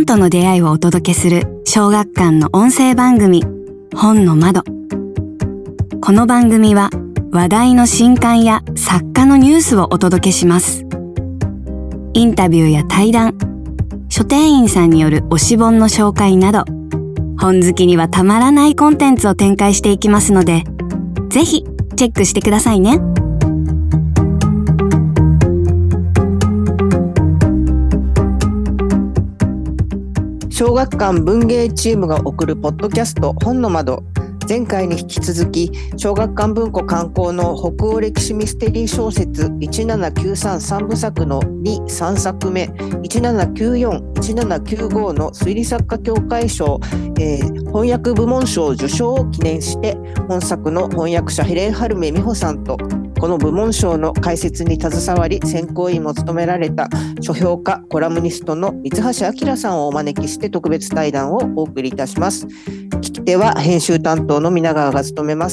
との出会いをお届けする小学館の音声番組本の窓。この番組は話題の新刊や作家のニュースをお届けします。インタビューや対談、書店員さんによる推し本の紹介など、本好きにはたまらないコンテンツを展開していきますので、ぜひチェックしてくださいね。 小学館文芸チームが送るポッドキャスト本の窓。前回に引き続き小学館文庫刊行の北欧歴史ミステリー小説17933部作の2、3作目1794、1795の推理作家協会賞、翻訳部門賞受賞を記念して本作の翻訳者ヘレン・ハルメ美穂さんとこの部門賞の解説に携わり選考委員も務められた書評家コラムニストの三橋明さんをお招きして特別対談をお送りいたします。聞き手は編集担当の皆川が務めます。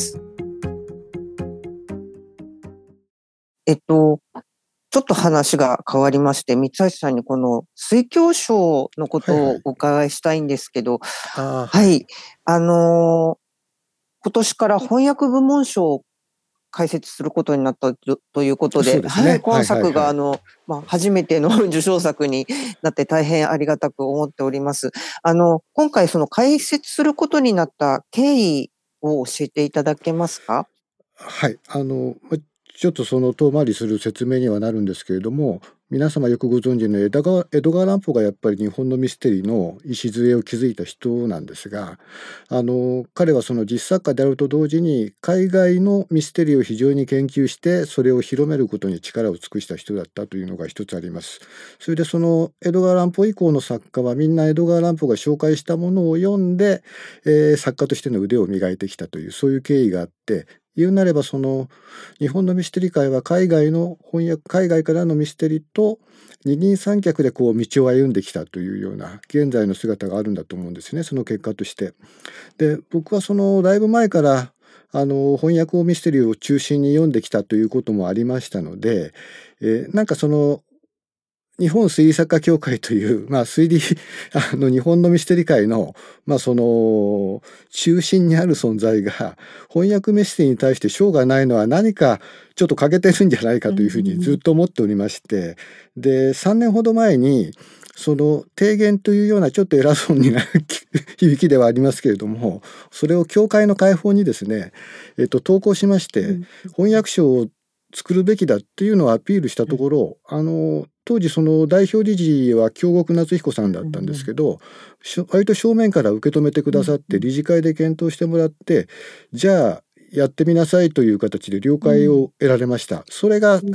ちょっと話が変わりまして、三橋さんにこの推奨賞のことをお伺いしたいんですけど、はい、今年から翻訳部門賞を解説することになったということで、はい、今作が初めての受賞作になって大変ありがたく思っております。今回その解説することになった経緯を教えていただけますか？ はい、ちょっとその遠回りする説明にはなるんですけれども、皆様よくご存知の江戸川乱歩がやっぱり日本のミステリーの礎を築いた人なんですが、彼はその実作家であると同時に海外のミステリーを非常に研究してそれを広めることに力を尽くした人だったというのが一つあります。それでその江戸川乱歩以降の作家はみんな江戸川乱歩が紹介したものを読んで、作家としての腕を磨いてきたというそういう経緯があって、言うなればその日本のミステリー界は海外からのミステリーと二人三脚でこう道を歩んできたというような現在の姿があるんだと思うんですね、その結果として。で、僕はそのだいぶ前から翻訳をミステリーを中心に読んできたということもありましたので、なんかその日本推理作家協会という、推理日本のミステリー界の、その中心にある存在が翻訳ミステリーに対して賞がないのは何かちょっと欠けてるんじゃないかというふうにずっと思っておりまして、で3年ほど前にその提言というようなちょっと偉そうにな響きではありますけれども、それを協会の会報にですね、投稿しまして、翻訳賞を作るべきだっていうのをアピールしたところ、当時その代表理事は京極夏彦さんだったんですけど、割と正面から受け止めてくださって理事会で検討してもらって、じゃあやってみなさいという形で了解を得られました。それが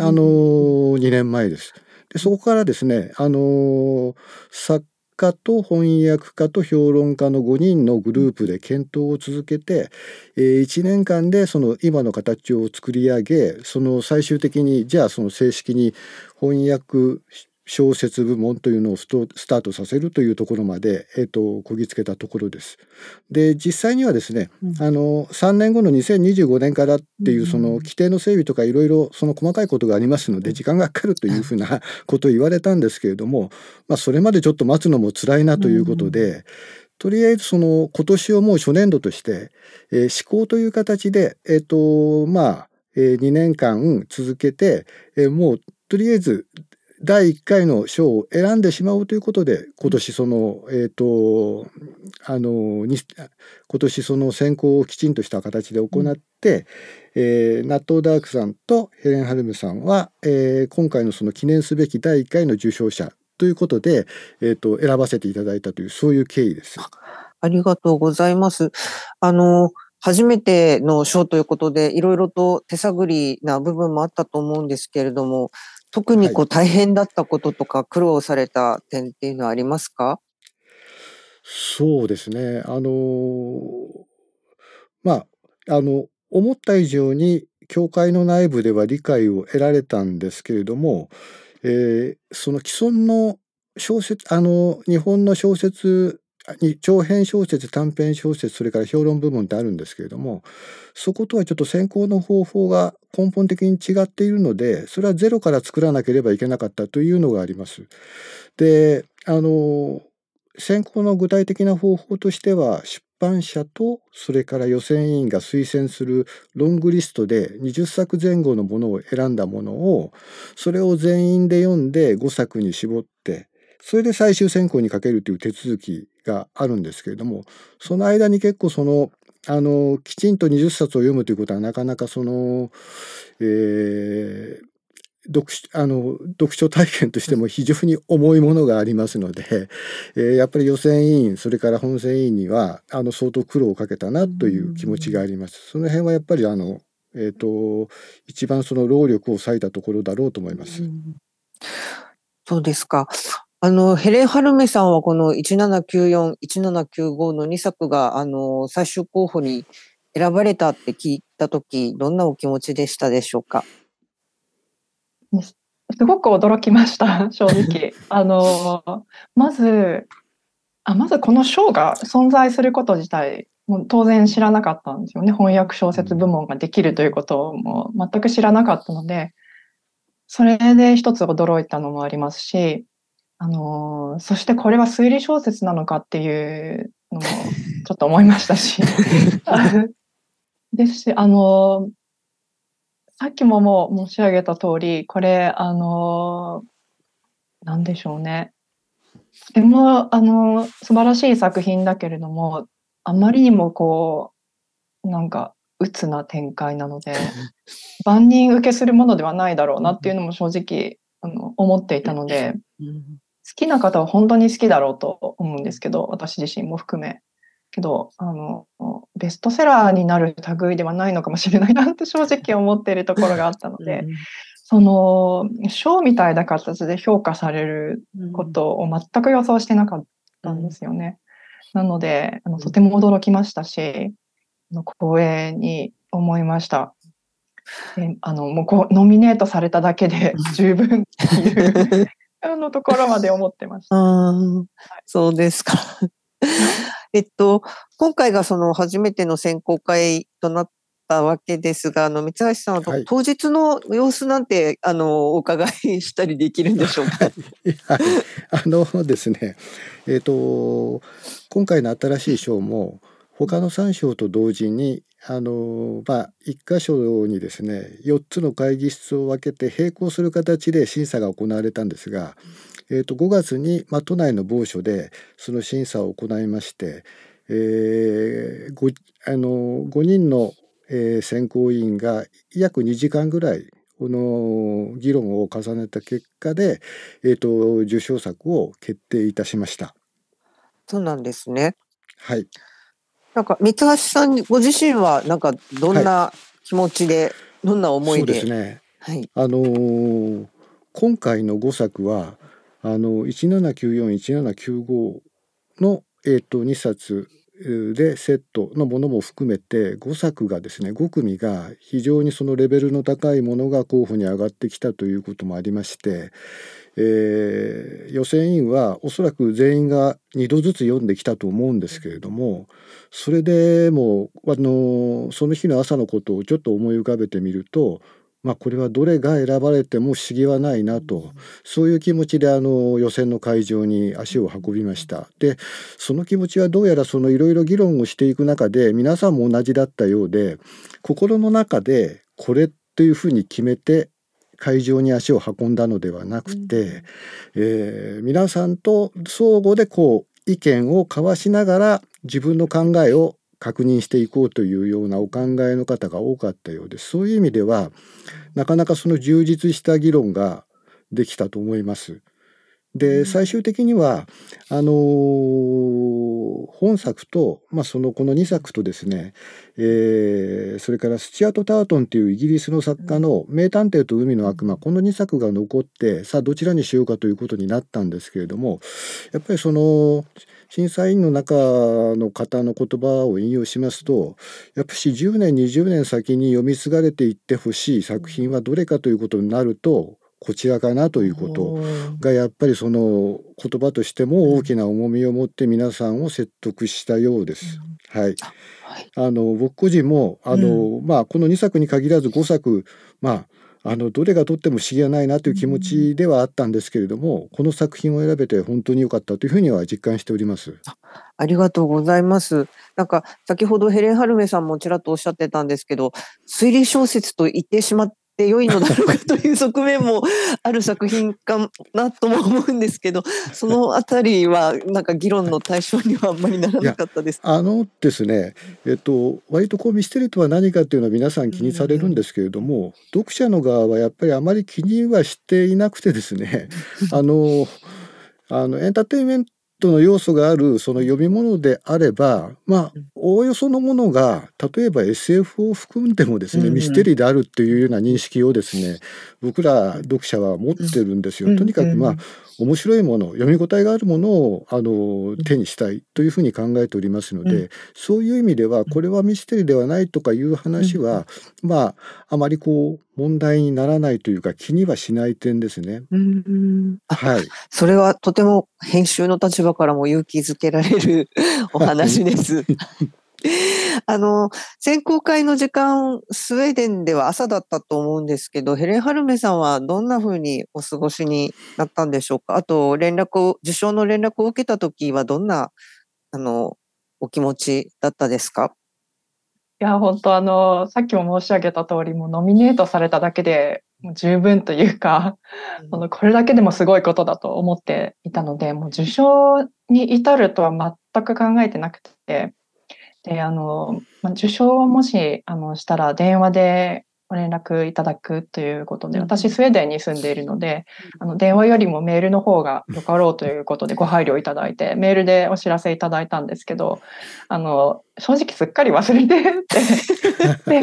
2年前です。でそこからですね、作家と翻訳家と評論家の5人のグループで検討を続けて、1年間でその今の形を作り上げ、その最終的にじゃあその正式に翻訳小説部門というのをスタートさせるというところまで、こぎつけたところです。で実際にはですね、3年後の2025年からっていうその規定の整備とかいろいろその細かいことがありますので時間がかかるというふうなことを言われたんですけれども、それまでちょっと待つのも辛いなということで、とりあえずその今年をもう初年度として、施行という形で、2年間続けて、もうとりあえず第1回の賞を選んでしまおうということで、今年その今年その選考をきちんとした形で行って、納豆ダークさんとヘレン・ハルムさんは、今回のその記念すべき第1回の受賞者ということで、選ばせていただいたというそういう経緯です。 ありがとうございます。初めての賞ということでいろいろと手探りな部分もあったと思うんですけれども、特に大変だったこととか苦労された点っていうのはありますか？ そうですね。思った以上に協会の内部では理解を得られたんですけれども、その既存の小説、日本の小説長編小説、短編小説、それから評論部門ってあるんですけれども、そことはちょっと選考の方法が根本的に違っているので、それはゼロから作らなければいけなかったというのがあります。で、 選考の具体的な方法としては、出版社とそれから予選委員が推薦するロングリストで20作前後のものを選んだものを、それを全員で読んで5作に絞って、それで最終選考にかけるという手続きがあるんですけれども、その間に結構きちんと20冊を読むということはなかなか読書体験としても非常に重いものがありますので、やっぱり予選委員それから本選委員には相当苦労をかけたなという気持ちがあります。その辺はやっぱり一番その労力を割いたところだろうと思います。 そうですか。ヘレン・ハルメさんはこの1794、1795の2作が最終候補に選ばれたって聞いたとき、どんなお気持ちでしたでしょうか？ すごく驚きました、正直。まずこの賞が存在すること自体、もう当然知らなかったんですよね。翻訳小説部門ができるということも全く知らなかったので、それで一つ驚いたのもありますし、そしてこれは推理小説なのかっていうのもちょっと思いましたしですし、さっきももう申し上げた通り、これなんでしょうね。とても素晴らしい作品だけれども、あまりにもなんか鬱な展開なので、万人受けするものではないだろうなっていうのも正直思っていたので、好きな方は本当に好きだろうと思うんですけど、私自身も含め。けどベストセラーになる類ではないのかもしれないなって正直思っているところがあったので、賞みたいな形で評価されることを全く予想してなかったんですよね。なのでとても驚きましたし、光栄に思いました。でもうノミネートされただけで十分っていうところまで思ってました。 そうですか。今回がその初めての選考会となったわけですが、三橋さんは当日の様子なんてお伺いしたりできるんでしょうか？ ですね、今回の新しい賞も他の3賞と同時に1箇所にですね4つの会議室を分けて並行する形で審査が行われたんですが、5月に、都内の某所でその審査を行いまして、5人の、選考委員が約2時間ぐらいこの議論を重ねた結果で、受賞作を決定いたしました。 そうなんですね。 はい。 なんか三橋さんご自身はなんかどんな気持ちで、どんな思いで？ そうですね。 はい。 今回の5作は1794、1795の2冊でセットのものも含めて5作がですね5組が非常にそのレベルの高いものが候補に上がってきたということもありまして、予選委員はおそらく全員が2度ずつ読んできたと思うんですけれども、それでもその日の朝のことをちょっと思い浮かべてみると、これはどれが選ばれても不思議はないなと、そういう気持ちで予選の会場に足を運びました。でその気持ちはどうやらいろいろ議論をしていく中で皆さんも同じだったようで、心の中でこれっていうふうに決めて会場に足を運んだのではなくて、皆さんと相互で意見を交わしながら自分の考えを確認していこうというようなお考えの方が多かったようです。そういう意味ではなかなかその充実した議論ができたと思います。で最終的には本作と、この2作とですね、それからスチュアート・タートンというイギリスの作家の「名探偵と海の悪魔」、この2作が残って、さあどちらにしようかということになったんですけれども、やっぱり審査員の中の方の言葉を引用しますと、やっぱり10年20年先に読み継がれていってほしい作品はどれかということになるとこちらかなということがやっぱりその言葉としても大きな重みを持って皆さんを説得したようです。はい。僕個人もこの2作に限らず5作どれがとっても不思議はないなという気持ちではあったんですけれども、この作品を選べて本当に良かったというふうには実感しております。 ありがとうございます。なんか先ほどヘレン・ハルメさんもちらっとおっしゃってたんですけど、推理小説と言ってしまって良いのだろうかという側面もある作品かなとも思うんですけど、そのあたりはなんか議論の対象にはあんまりならなかったです。 ですね、割とこうミステリーとは何かっていうのは皆さん気にされるんですけれども、読者の側はやっぱりあまり気にはしていなくてですね、エンターテインメントの要素があるその読み物であれば、おおよそのものが例えば SF を含んでもですね、ミステリーであるっていうような認識をですね、僕ら読者は持ってるんですよ。とにかく面白いもの、読み応えがあるものを手にしたいというふうに考えておりますので、そういう意味ではこれはミステリーではないとかいう話は、あまりこう問題にならないというか気にはしない点ですね。はい。 それはとても編集の立場からも勇気づけられるお話です。選考会の時間、スウェーデンでは朝だったと思うんですけど、ヘレン・ハルメさんはどんな風にお過ごしになったんでしょうか。あと、受賞の連絡を受けたときはどんな、お気持ちだったですか？ いや、本当さっきも申し上げた通り、もうノミネートされただけでもう十分というか、これだけでもすごいことだと思っていたので、もう受賞に至るとは全く考えてなくて、で、受賞をもし、したら電話でご連絡いただくということで、私スウェーデンに住んでいるので、電話よりもメールの方がよかろうということでご配慮いただいて、メールでお知らせいただいたんですけど、正直すっかり忘れてて、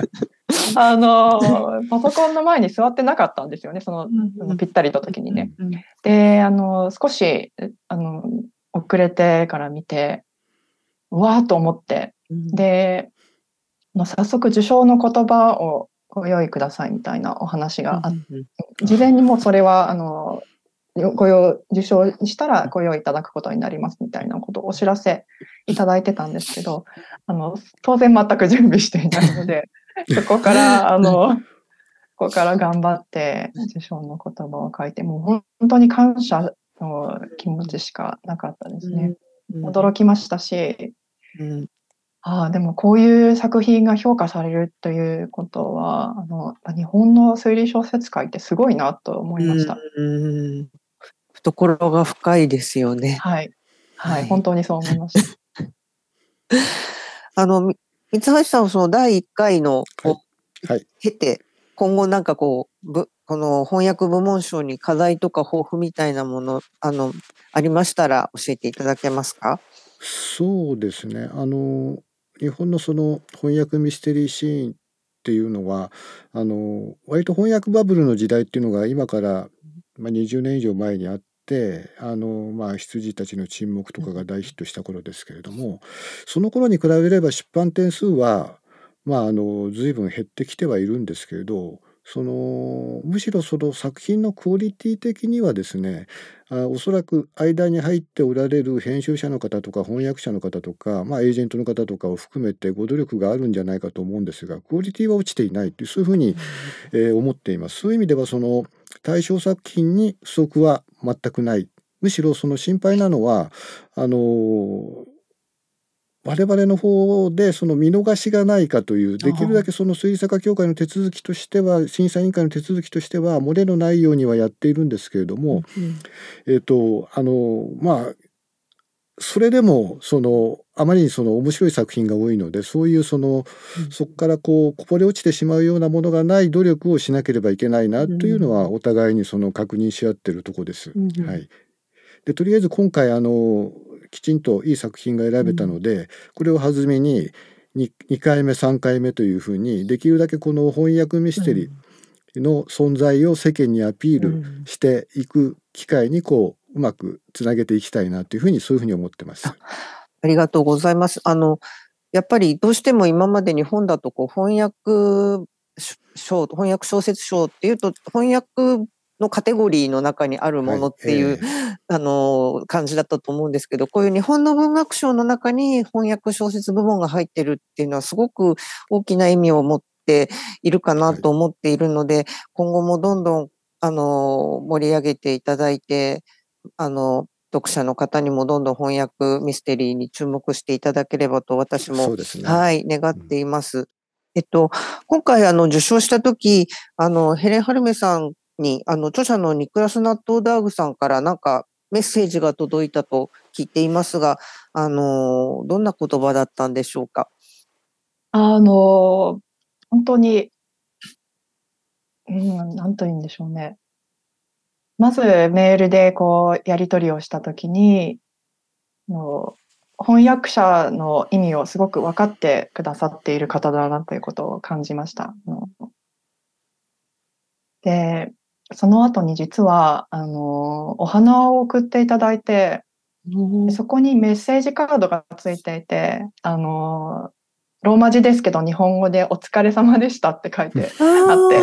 パソコンの前に座ってなかったんですよね、ぴったりと時にね。で、少し、遅れてから見て、うわーと思って、で、早速受賞の言葉をご用意くださいみたいなお話があって、事前にもうそれは受賞したらご用意いただくことになりますみたいなことをお知らせいただいてたんですけど、当然全く準備していないので、そこから頑張って受賞の言葉を書いて、もう本当に感謝の気持ちしかなかったですね。驚きましたし、でもこういう作品が評価されるということは、日本の推理小説界ってすごいなと思いました。 懐が深いですよね。 はい。はい、本当にそう思いました。 三橋さんはその第1回の経て、今後なんかこの翻訳部門賞に課題とか抱負みたいなもの、ありましたら教えていただけますか？ そうですね。日本のその翻訳ミステリーシーンっていうのは、割と翻訳バブルの時代っていうのが今から20年以上前にあって、羊たちの沈黙とかが大ヒットした頃ですけれども、その頃に比べれば出版点数は随分減ってきてはいるんですけれど、むしろその作品のクオリティ的にはですね、おそらく間に入っておられる編集者の方とか翻訳者の方とか、エージェントの方とかを含めてご努力があるんじゃないかと思うんですが、クオリティは落ちていないという、そういうふうに、思っています。そういう意味ではその対象作品に不足は全くない。むしろその心配なのは我々の方でその見逃しがないかという、できるだけその推理作家協会の手続きとしては、審査委員会の手続きとしては漏れのないようにはやっているんですけれども、それでもあまりに面白い作品が多いので、そういうそこからこぼれ落ちてしまうようなものがない努力をしなければいけないなというのはお互いに確認し合ってるとこです。はい。でとりあえず今回きちんといい作品が選べたので、これを弾みに 2回目3回目というふうに、できるだけこの翻訳ミステリーの存在を世間にアピールしていく機会にうまくつなげていきたいなというふうに、そういうふうに思ってます。 ありがとうございます。やっぱりどうしても今まで日本だと翻訳小説賞っていうと翻訳のカテゴリーの中にあるものっていう、感じだったと思うんですけど、こういう日本の文学賞の中に翻訳小説部門が入ってるっていうのはすごく大きな意味を持っているかなと思っているので、今後もどんどん、盛り上げていただいて、読者の方にもどんどん翻訳ミステリーに注目していただければと私も、 そうですね。 はい、願っています。今回受賞した時、ヘレン・ハルメさんに、著者のニクラス・ナットーダーグさんからなんかメッセージが届いたと聞いていますが、どんな言葉だったんでしょうか。 本当に、なんと言うんでしょうね。まずメールでこうやり取りをしたときに、翻訳者の意味をすごく分かってくださっている方だなということを感じました。で、その後に実は、お花を送っていただいて、そこにメッセージカードがついていて、ローマ字ですけど日本語でお疲れ様でしたって書いてあって、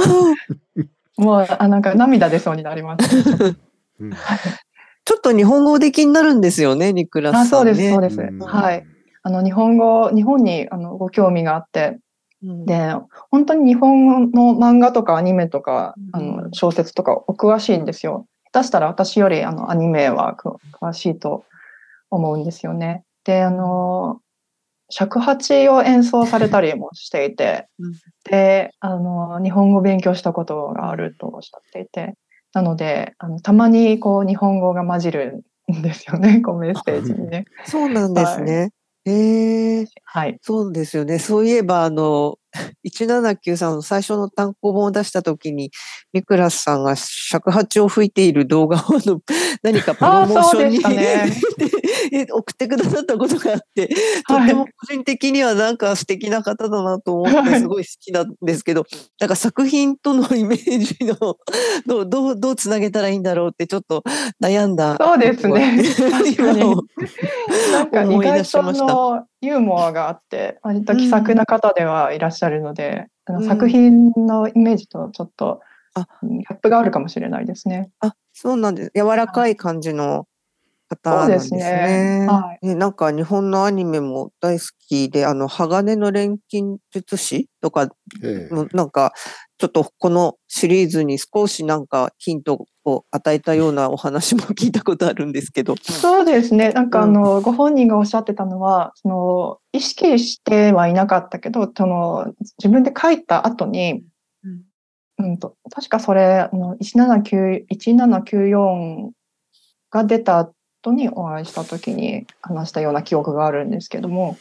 もうなんか涙出そうになります、ね。 ちょっと日本語で気になるんですよね、ニクラスさんね。 そうです、そうです。はい。日本にご興味があって、で、本当に日本の漫画とかアニメとか、小説とかお詳しいんですよ。下手したら私よりアニメは詳しいと思うんですよね。で、尺八を演奏されたりもしていて、で、日本語を勉強したことがあるとおっしゃっていて、なので、たまにこう日本語が混じるんですよね、こうメッセージにね。 そうなんですね。 はい。 そうですよね。そういえば、179さんの最初の単行本を出したときに、ニクラスさんが尺八を吹いている動画を何かプロモーションに送ってくださったことがあって、とっても個人的にはなんか素敵な方だなと思ってすごい好きなんですけど、なんか作品とのイメージのどうつなげたらいいんだろうってちょっと悩んだ。 そうですね。確かに。なんか意外とユーモアがあって、割と気さくな方ではいらっしゃるので、作品のイメージとちょっとギャップがあるかもしれないですね。 そうなんです。柔らかい感じの方なんですね。なんか日本のアニメも大好きで、鋼の錬金術師とか、なんかちょっとこのシリーズに少しなんかヒントを与えたようなお話も聞いたことあるんですけど。 そうですね。なんかご本人がおっしゃってたのは、意識してはいなかったけど、自分で書いた後に、確かそれ、1794が出た後にお会いした時に話したような記憶があるんですけども、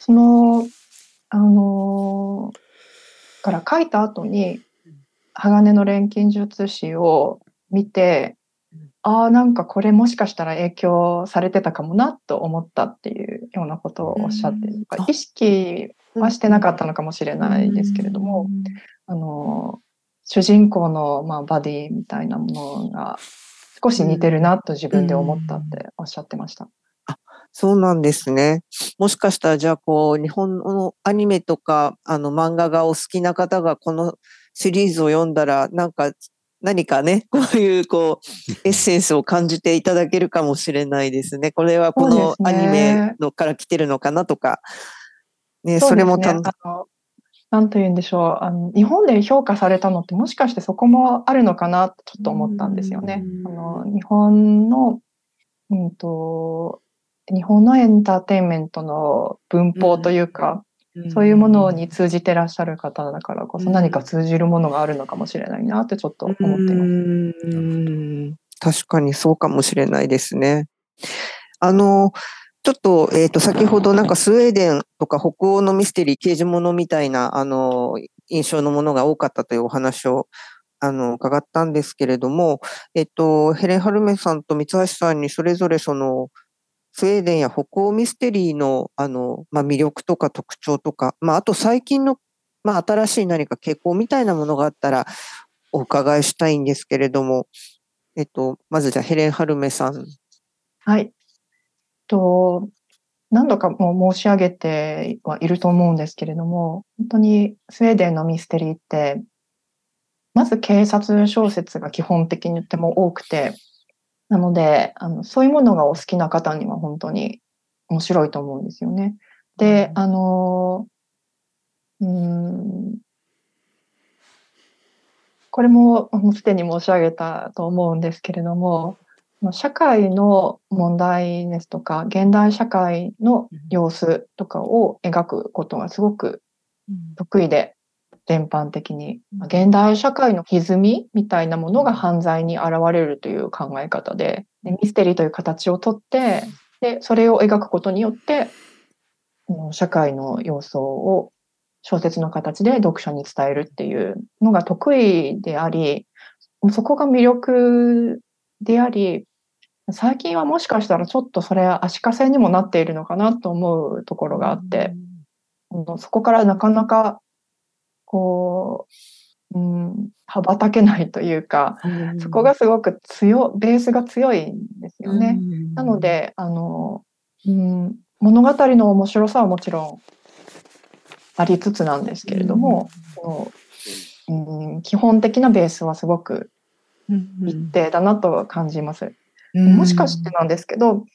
から書いた後に、鋼の錬金術師を見て、なんかこれもしかしたら影響されてたかもなと思ったっていうようなことをおっしゃって、意識はしてなかったのかもしれないですけれども、主人公のバディみたいなものが少し似てるなと自分で思ったっておっしゃってました。 そうなんですね。もしかしたらじゃあ日本のアニメとか漫画がお好きな方がこのシリーズを読んだら何かね、こういうエッセンスを感じていただけるかもしれないですね。これはこのアニメのから来てるのかなとか。ね、それもなんと言うんでしょう。日本で評価されたのってもしかしてそこもあるのかなってちょっと思ったんですよね。日本のエンターテインメントの文法というか、そういうものに通じてらっしゃる方だからこそ何か通じるものがあるのかもしれないなってちょっと思ってます。 確かにそうかもしれないですね。ちょっと、先ほどなんかスウェーデンとか北欧のミステリー、刑事物みたいな、印象のものが多かったというお話を、伺ったんですけれども、ヘレン・ハルメさんと三橋さんにそれぞれスウェーデンや北欧ミステリーの、魅力とか特徴とか、あと最近の、新しい何か傾向みたいなものがあったらお伺いしたいんですけれども、まずじゃあヘレン・ハルメさん。 はい。何度かも申し上げてはいると思うんですけれども、本当にスウェーデンのミステリーって、まず警察小説が基本的にとても多くて、なので、そういうものがお好きな方には本当に面白いと思うんですよね。で、 これもすでに申し上げたと思うんですけれども、社会の問題ですとか、現代社会の様子とかを描くことがすごく得意で、全般的に。現代社会の歪みみたいなものが犯罪に現れるという考え方で、ミステリーという形をとって、で、それを描くことによって、社会の様相を小説の形で読者に伝えるっていうのが得意であり、そこが魅力であり、最近はもしかしたらちょっとそれは足かせにもなっているのかなと思うところがあって、そこからなかなかこう、羽ばたけないというか、そこがすごくベースが強いんですよね。なので、物語の面白さはもちろんありつつなんですけれども、基本的なベースはすごく一定だなと感じます。もしかしてなんですけど、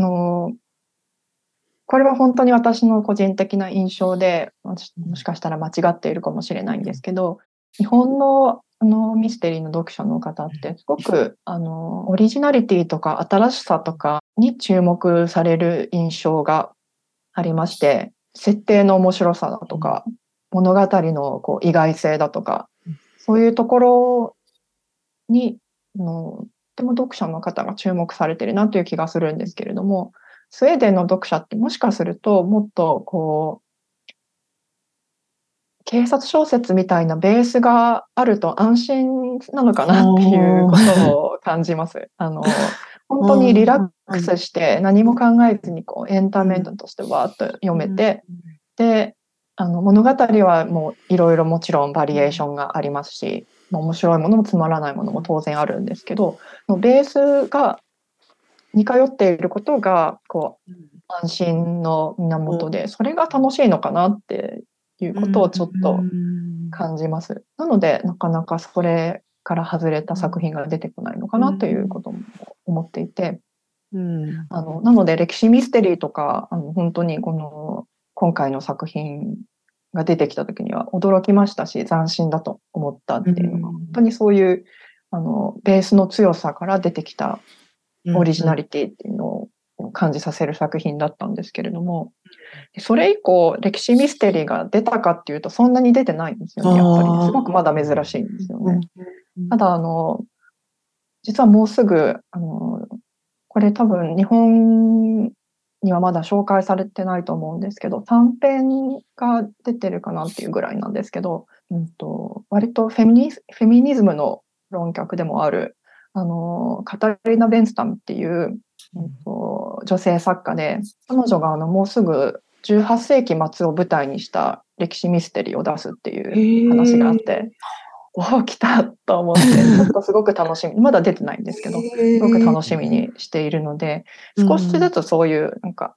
これは本当に私の個人的な印象で、もしかしたら間違っているかもしれないんですけど、日本のミステリーの読者の方ってすごくオリジナリティとか新しさとかに注目される印象がありまして、設定の面白さだとか、物語の意外性だとか、そういうところにとても読者の方が注目されているなという気がするんですけれども、スウェーデンの読者ってもしかするともっと警察小説みたいなベースがあると安心なのかなっていうことを感じます。本当にリラックスして何も考えずにエンターメントとしてわーっと読めて、で、物語はもういろいろもちろんバリエーションがありますし、面白いものもつまらないものも当然あるんですけど、ベースが似通っていることが安心の源で、それが楽しいのかなっていうことをちょっと感じます。なので、なかなかそれから外れた作品が出てこないのかなということも思っていて、なので歴史ミステリーとか、本当に今回の作品が出てきた時には驚きましたし、斬新だと思ったっていうのが、本当にそういうベースの強さから出てきたオリジナリティっていうのを感じさせる作品だったんですけれども、それ以降歴史ミステリーが出たかっていうとそんなに出てないんですよね。やっぱりすごくまだ珍しいんですよね。ただ実はもうすぐこれ多分日本にはまだ紹介されてないと思うんですけど、短編が出てるかなっていうぐらいなんですけど、割とフェミニズムの論客でもあるカタリナ・ベンスタムっていう、女性作家で、彼女がもうすぐ18世紀末を舞台にした歴史ミステリーを出すっていう話があって、おお、来たと思って、ちょっとすごく楽しみ、まだ出てないんですけど、すごく楽しみにしているので、少しずつそういう、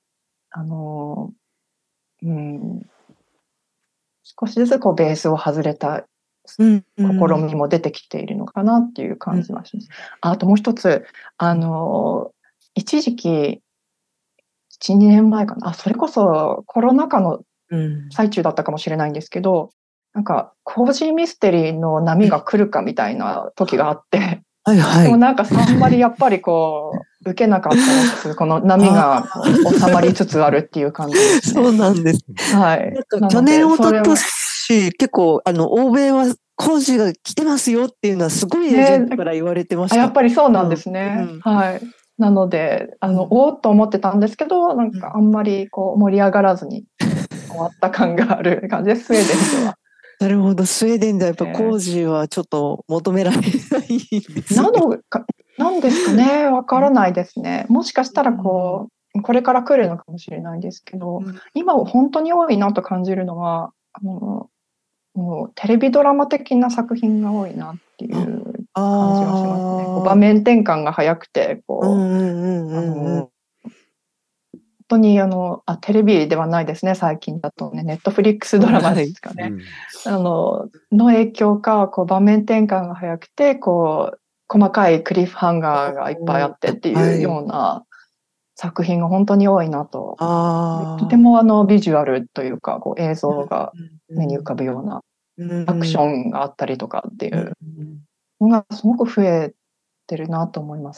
少しずつベースを外れた試みも出てきているのかなっていう感じはします。あともう一つ、一時期、1、2年前かな、それこそコロナ禍の最中だったかもしれないんですけど、コージーミステリーの波が来るかみたいな時があって、でもあんまりやっぱり受けなかったです。この波が収まりつつあるっていう感じですね。 そうなんです。 はい。 去年、一昨年、結構、欧米は工事が来てますよっていうのはすごいエージェントから言われてました。 やっぱりそうなんですね。はい。なので、おーっと思ってたんですけど、あんまり盛り上がらずに終わった感がある感じです、スウェーデンでは。 なるほど、スウェーデンではやっぱ工事はちょっと求められないんですね。 なんですかね、わからないですね。もしかしたらこれから来るのかもしれないんですけど、今本当に多いなと感じるのは、もうテレビドラマ的な作品が多いなっていう感じはしますね。場面転換が早くて、本当にテレビではないですね、最近だとね、ネットフリックスドラマですかね。の影響か、場面転換が早くて、細かいクリフハンガーがいっぱいあってっていうような作品が本当に多いなと。とてもビジュアルというか、映像が目に浮かぶようなアクションがあったりとかっていうのがすごく増えてるなと思います。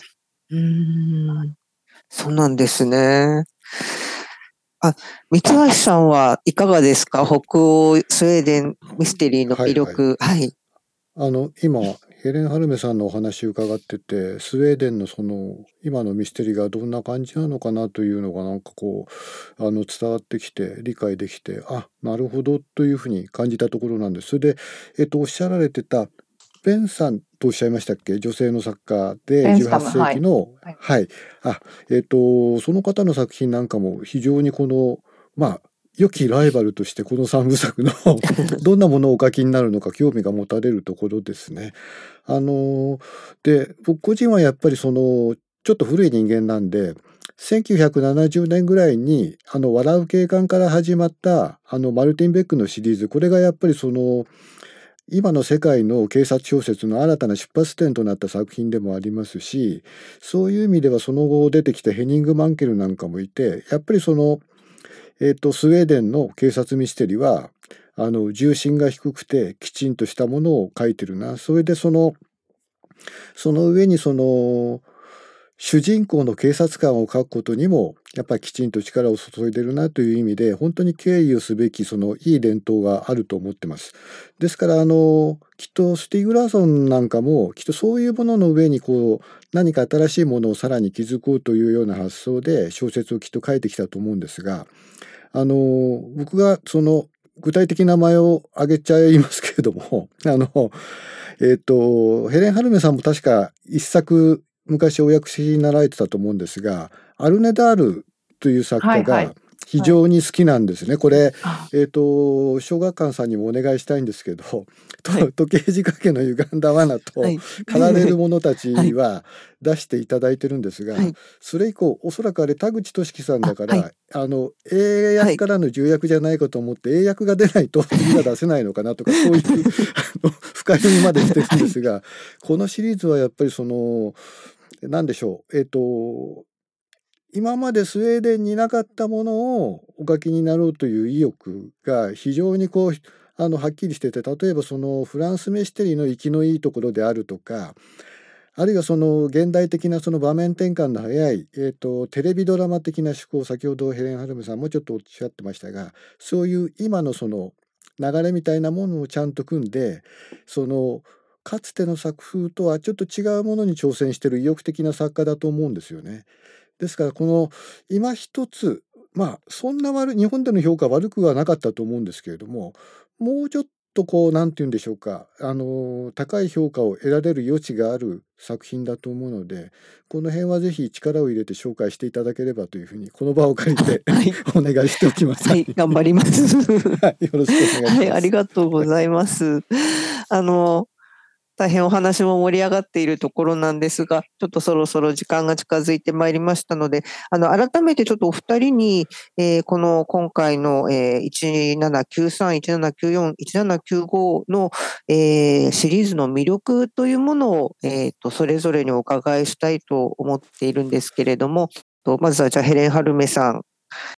そうなんですね。三橋さんはいかがですか？北欧スウェーデンミステリーの魅力。はい。 今ヘレン・ハルメさんのお話伺ってて、スウェーデンの今のミステリーがどんな感じなのかなというのがなんか伝わってきて理解できて、なるほどというふうに感じたところなんです。それで、おっしゃられてたベンさんとおっしゃいましたっけ？女性の作家で18 ベンスタム、 世紀の、 はい。 はい。その方の作品なんかも非常に良きライバルとしてこの3部作のどんなものをお書きになるのか興味が持たれるところですね。で、僕個人はやっぱりちょっと古い人間なんで、1970年ぐらいに、笑う警官から始まった、マルティン・ベックのシリーズ、これがやっぱり今の世界の警察小説の新たな出発点となった作品でもありますし、そういう意味ではその後出てきたヘニング・マンケルなんかもいて、やっぱりスウェーデンの警察ミステリーは、重心が低くてきちんとしたものを書いてるな。それでその上に主人公の警察官を書くことにも、やっぱりきちんと力を注いでるなという意味で、本当に敬意をすべき、いい伝統があると思ってます。ですから、きっとスティーグ・ラーソンなんかも、きっとそういうものの上に何か新しいものをさらに築こうというような発想で小説をきっと書いてきたと思うんですが、僕が具体的な名前を挙げちゃいますけれども、ヘレン・ハルメさんも確か一作昔お訳しになられてたと思うんですが、アルネ・ダールという作家が非常に好きなんですね。これ、小学館さんにもお願いしたいんですけど、時計仕掛けの歪んだ罠と駆られる者たちは出していただいてるんですが、それ以降おそらくあれ田口俊樹さんだから、英訳からの重訳じゃないかと思って英訳が出ないと次が出せないのかなとか、そういう深読みまでしてるんですが、このシリーズはやっぱり何でしょう、今までスウェーデンになかったものをお書きになろうという意欲が非常にはっきりしてて、例えばフランスミステリーの生きのいいところであるとか、あるいは現代的な場面転換の早い、テレビドラマ的な趣向、先ほどヘレン・ハルムさんもちょっとおっしゃってましたが、そういう今の流れみたいなものをちゃんと組んで、かつての作風とはちょっと違うものに挑戦している意欲的な作家だと思うんですよね。ですから今一つ、そんな日本での評価は悪くはなかったと思うんですけれども、もうちょっとなんて言うんでしょうか、高い評価を得られる余地がある作品だと思うので、この辺はぜひ力を入れて紹介していただければというふうにこの場を借りてお願いしておきます。 はい、頑張ります。 よろしくお願いします。 はい、ありがとうございます。大変お話も盛り上がっているところなんですが、ちょっとそろそろ時間が近づいてまいりましたので、改めてちょっとお二人に、今回の、1793、1794、1795の、シリーズの魅力というものを、それぞれにお伺いしたいと思っているんですけれども、まずはじゃあヘレン・ハルメさん。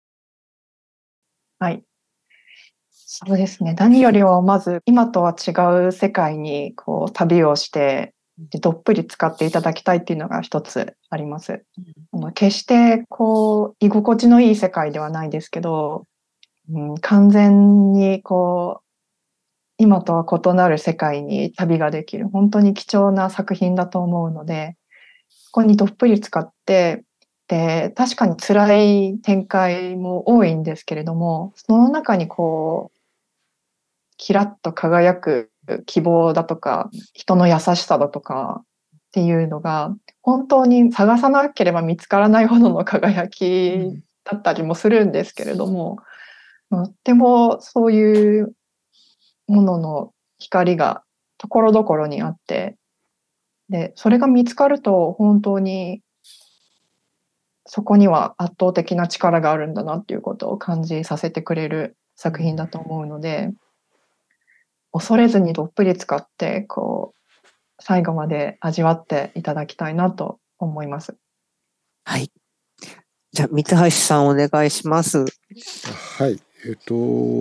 はい。そうですね。何よりもまず今とは違う世界に旅をしてどっぷり使っていただきたいっていうのが一つあります。決して居心地のいい世界ではないですけど、完全に今とは異なる世界に旅ができる本当に貴重な作品だと思うので、ここにどっぷり使ってで確かに辛い展開も多いんですけれども、その中にキラッと輝く希望だとか人の優しさだとかっていうのが本当に探さなければ見つからないほどの輝きだったりもするんですけれども、とってもそういうものの光がところどころにあって、でそれが見つかると本当にそこには圧倒的な力があるんだなっていうことを感じさせてくれる作品だと思うので、恐れずにどっぷり使って最後まで味わっていただきたいなと思います。 はい。じゃあ三橋さんお願いします。 はい。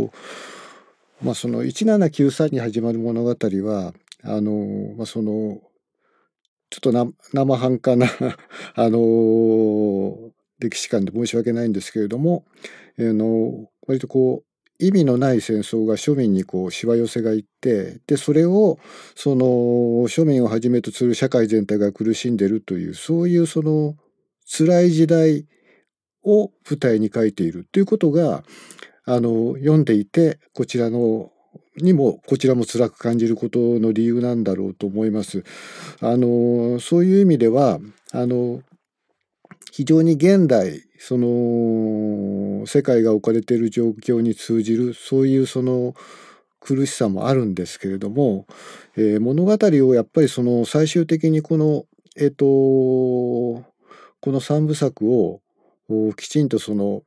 その1793に始まる物語はちょっと生半可な歴史観で申し訳ないんですけれども、割とこう意味のない戦争が庶民にこうしわ寄せがいって、でそれをその庶民をはじめとする社会全体が苦しんでいるという、そういうその辛い時代を舞台に書いているということが読んでいてこちらも辛く感じることの理由なんだろうと思います。そういう意味では非常に現代その世界が置かれている状況に通じるそういうその苦しさもあるんですけれども、物語をやっぱりその最終的にこの3部作をきちんとその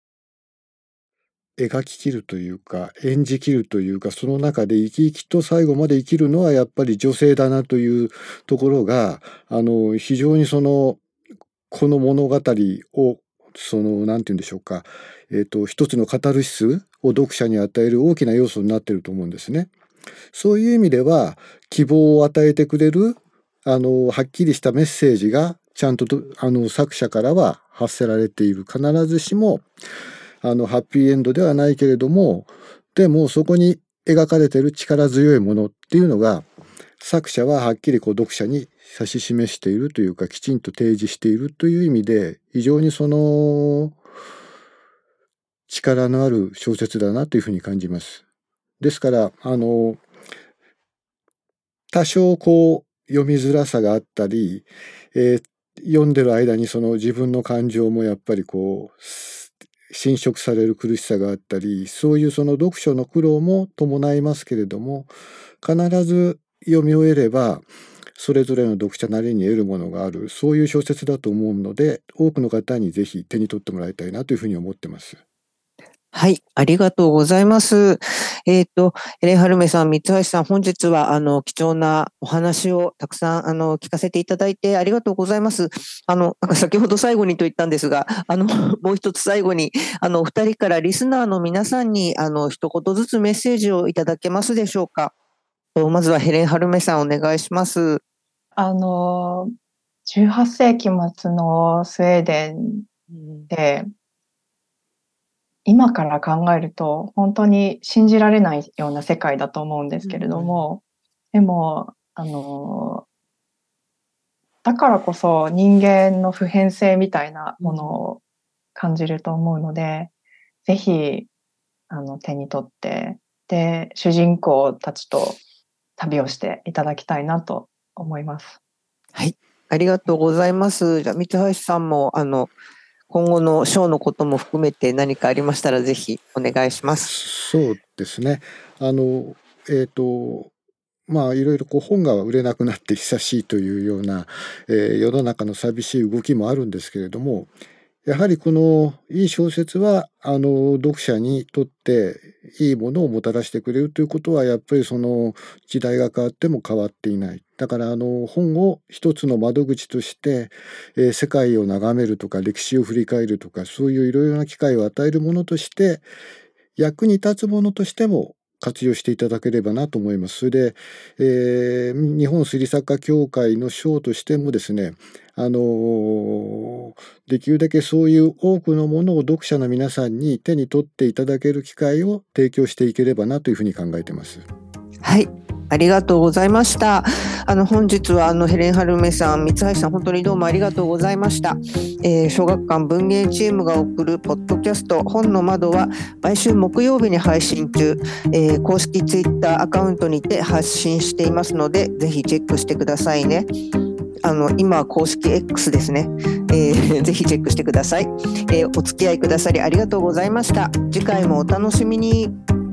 描き切るというか演じ切るというか、その中で生き生きと最後まで生きるのはやっぱり女性だなというところが非常にこの物語をなんて言うんでしょうか、一つのカタルシスを読者に与える大きな要素になっていると思うんですね。そういう意味では希望を与えてくれるはっきりしたメッセージがちゃんと作者からは発せられている。必ずしもハッピーエンドではないけれども、でもそこに描かれている力強いものっていうのが作者ははっきり読者に指し示しているというか、きちんと提示しているという意味で非常に力のある小説だなというふうに感じます。ですから多少読みづらさがあったり、読んでる間に自分の感情もやっぱり侵食される苦しさがあったり、そういう読書の苦労も伴いますけれども、必ず読み終えればそれぞれの読者なりに得るものがある、そういう小説だと思うので、多くの方にぜひ手に取ってもらいたいなというふうに思ってます。 はい、ありがとうございます。ヘレン・ハルメさん、三橋さん、本日は貴重なお話をたくさん聞かせていただいてありがとうございます。なんか先ほど最後にと言ったんですが、もう一つ最後にお二人からリスナーの皆さんに一言ずつメッセージをいただけますでしょうか。まずはヘレン・ハルメさん、お願いします。 18世紀末のスウェーデンで、今から考えると本当に信じられないような世界だと思うんですけれども、でもだからこそ人間の普遍性みたいなものを感じると思うので、ぜひ手に取ってで主人公たちと旅をしていただきたいなと思います。 はい、ありがとうございます。じゃあ三橋さんも今後のショーのことも含めて何かありましたらぜひお願いします。 そうですね。いろいろ本が売れなくなって久しいというような、世の中の寂しい動きもあるんですけれども、やはりこのいい小説は読者にとっていいものをもたらしてくれるということは、やっぱり時代が変わっても変わっていない。だから本を一つの窓口として、世界を眺めるとか歴史を振り返るとか、そういういろいろな機会を与えるものとして、役に立つものとしても活用していただければなと思います。それで、日本推理作家協会の賞としてもですね、できるだけそういう多くのものを読者の皆さんに手に取っていただける機会を提供していければなというふうに考えています。 はい、ありがとうございました。本日はヘレン・ハルメさん、三橋さん、本当にどうもありがとうございました。小学館文芸チームが送るポッドキャスト本の窓は毎週木曜日に配信中、公式ツイッターアカウントにて発信していますので、ぜひチェックしてくださいね。今は公式 X ですね。ぜひチェックしてください。お付き合いくださりありがとうございました。次回もお楽しみに。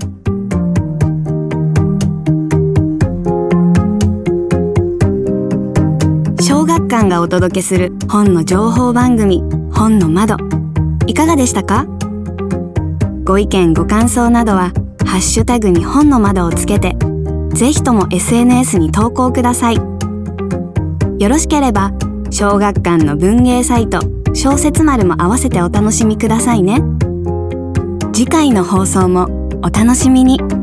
小学館がお届けする本の情報番組、本の窓。いかがでしたか？ご意見ご感想などはハッシュタグに本の窓をつけて、ぜひとも SNS に投稿ください。よろしければ小学館の文芸サイト小説丸も合わせてお楽しみくださいね。次回の放送もお楽しみに。